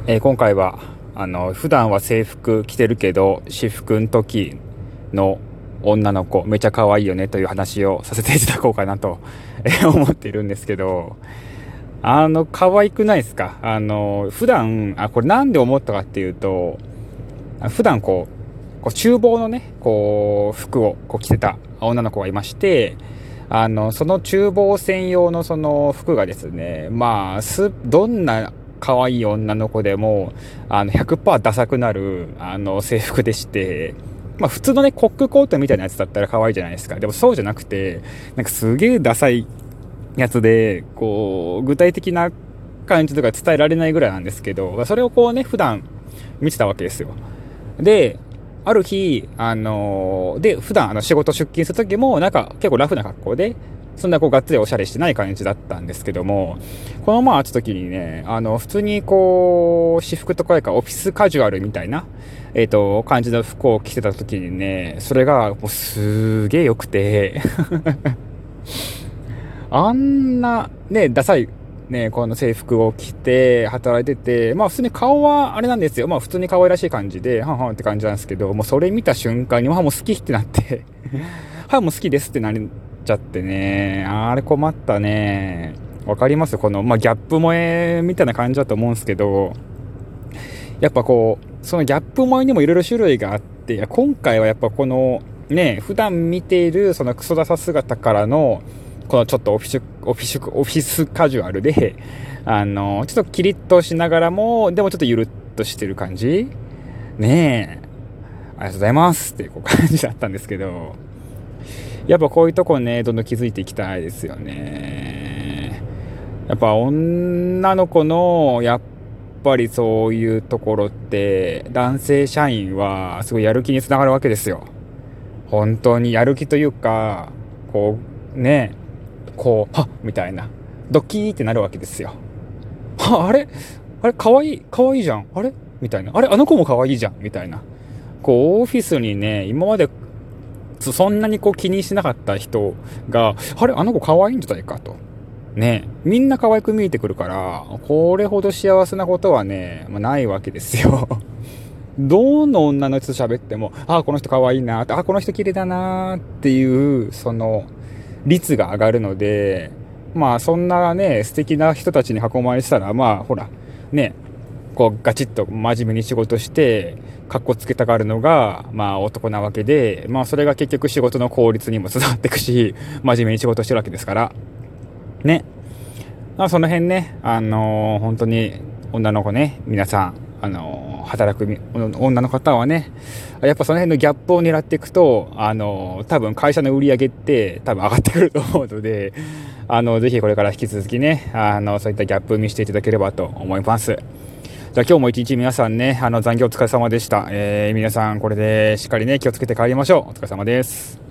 今回は普段は制服着てるけど私服の時の女の子めちゃ可愛いよねという話をさせていただこうかなと思っているんですけど、可愛くないですか？普段これなんで思ったかっていうと、普段こう厨房のね服を着てた女の子がいまして、その厨房専用のその服がですね、どんな可愛い女の子でも100% ダサくなる制服でして、普通のねコックコートみたいなやつだったら可愛いじゃないですか。でもそうじゃなくて、なんかすげえダサいやつで、具体的な感じとか伝えられないぐらいなんですけど、それを普段見てたわけですよ。で、ある日、普段仕事出勤する時もなんか結構ラフな格好で、そんながっつりおしゃれしてない感じだったんですけども、この会った時にね、普通に私服とかオフィスカジュアルみたいな、感じの服を着てた時にね、それがもうすげえ良くて、あんなね、ダサいね、この制服を着て働いてて、普通に顔はあれなんですよ。普通に可愛らしい感じで、はんはんって感じなんですけど、もうそれ見た瞬間に、もう好きってなってはい、もう好きですってなっちゃってね、あれ困ったね。わかりますこの、ギャップ萌えみたいな感じだと思うんですけど、やっぱそのギャップ萌えにもいろいろ種類があって、今回はやっぱこの、ね、普段見ているそのクソダサ姿からの、このちょっとオフィスカジュアルで、ちょっとキリッとしながらも、でもちょっとゆるっとしてる感じねえ。ありがとうございますっていう感じだったんですけど、やっぱこういうとこね、どんどん気づいていきたいですよね。やっぱ女の子の、やっぱりそういうところって、男性社員はすごいやる気につながるわけですよ。本当にやる気というか、ね、はっみたいな。ドキーってなるわけですよ。あれかわいいじゃん。あれみたいな。あれあの子もかわいいじゃんみたいな。オフィスにね、今までそんなに気にしなかった人が、あれあの子かわいいんじゃないかと。ね、みんな可愛く見えてくるから、これほど幸せなことはね、ないわけですよ。どの女の人と喋っても、この人可愛いなって、この人綺麗だなっていう、その、率が上がるので、そんなね、素敵な人たちに囲まれてたら、ほら、ね、ガチッと真面目に仕事して、かっこつけたがるのが、男なわけで、それが結局仕事の効率にもつながっていくし、真面目に仕事してるわけですから、ね。その辺ね、本当に女の子ね、皆さん、働く女の方はね、やっぱその辺のギャップを狙っていくと、多分会社の売り上げって多分上がってくると思うので、ぜひこれから引き続きね、そういったギャップを見せていただければと思います。じゃあ今日も一日皆さんね、残業お疲れ様でした。皆さんこれでしっかりね、気をつけて帰りましょう。お疲れ様です。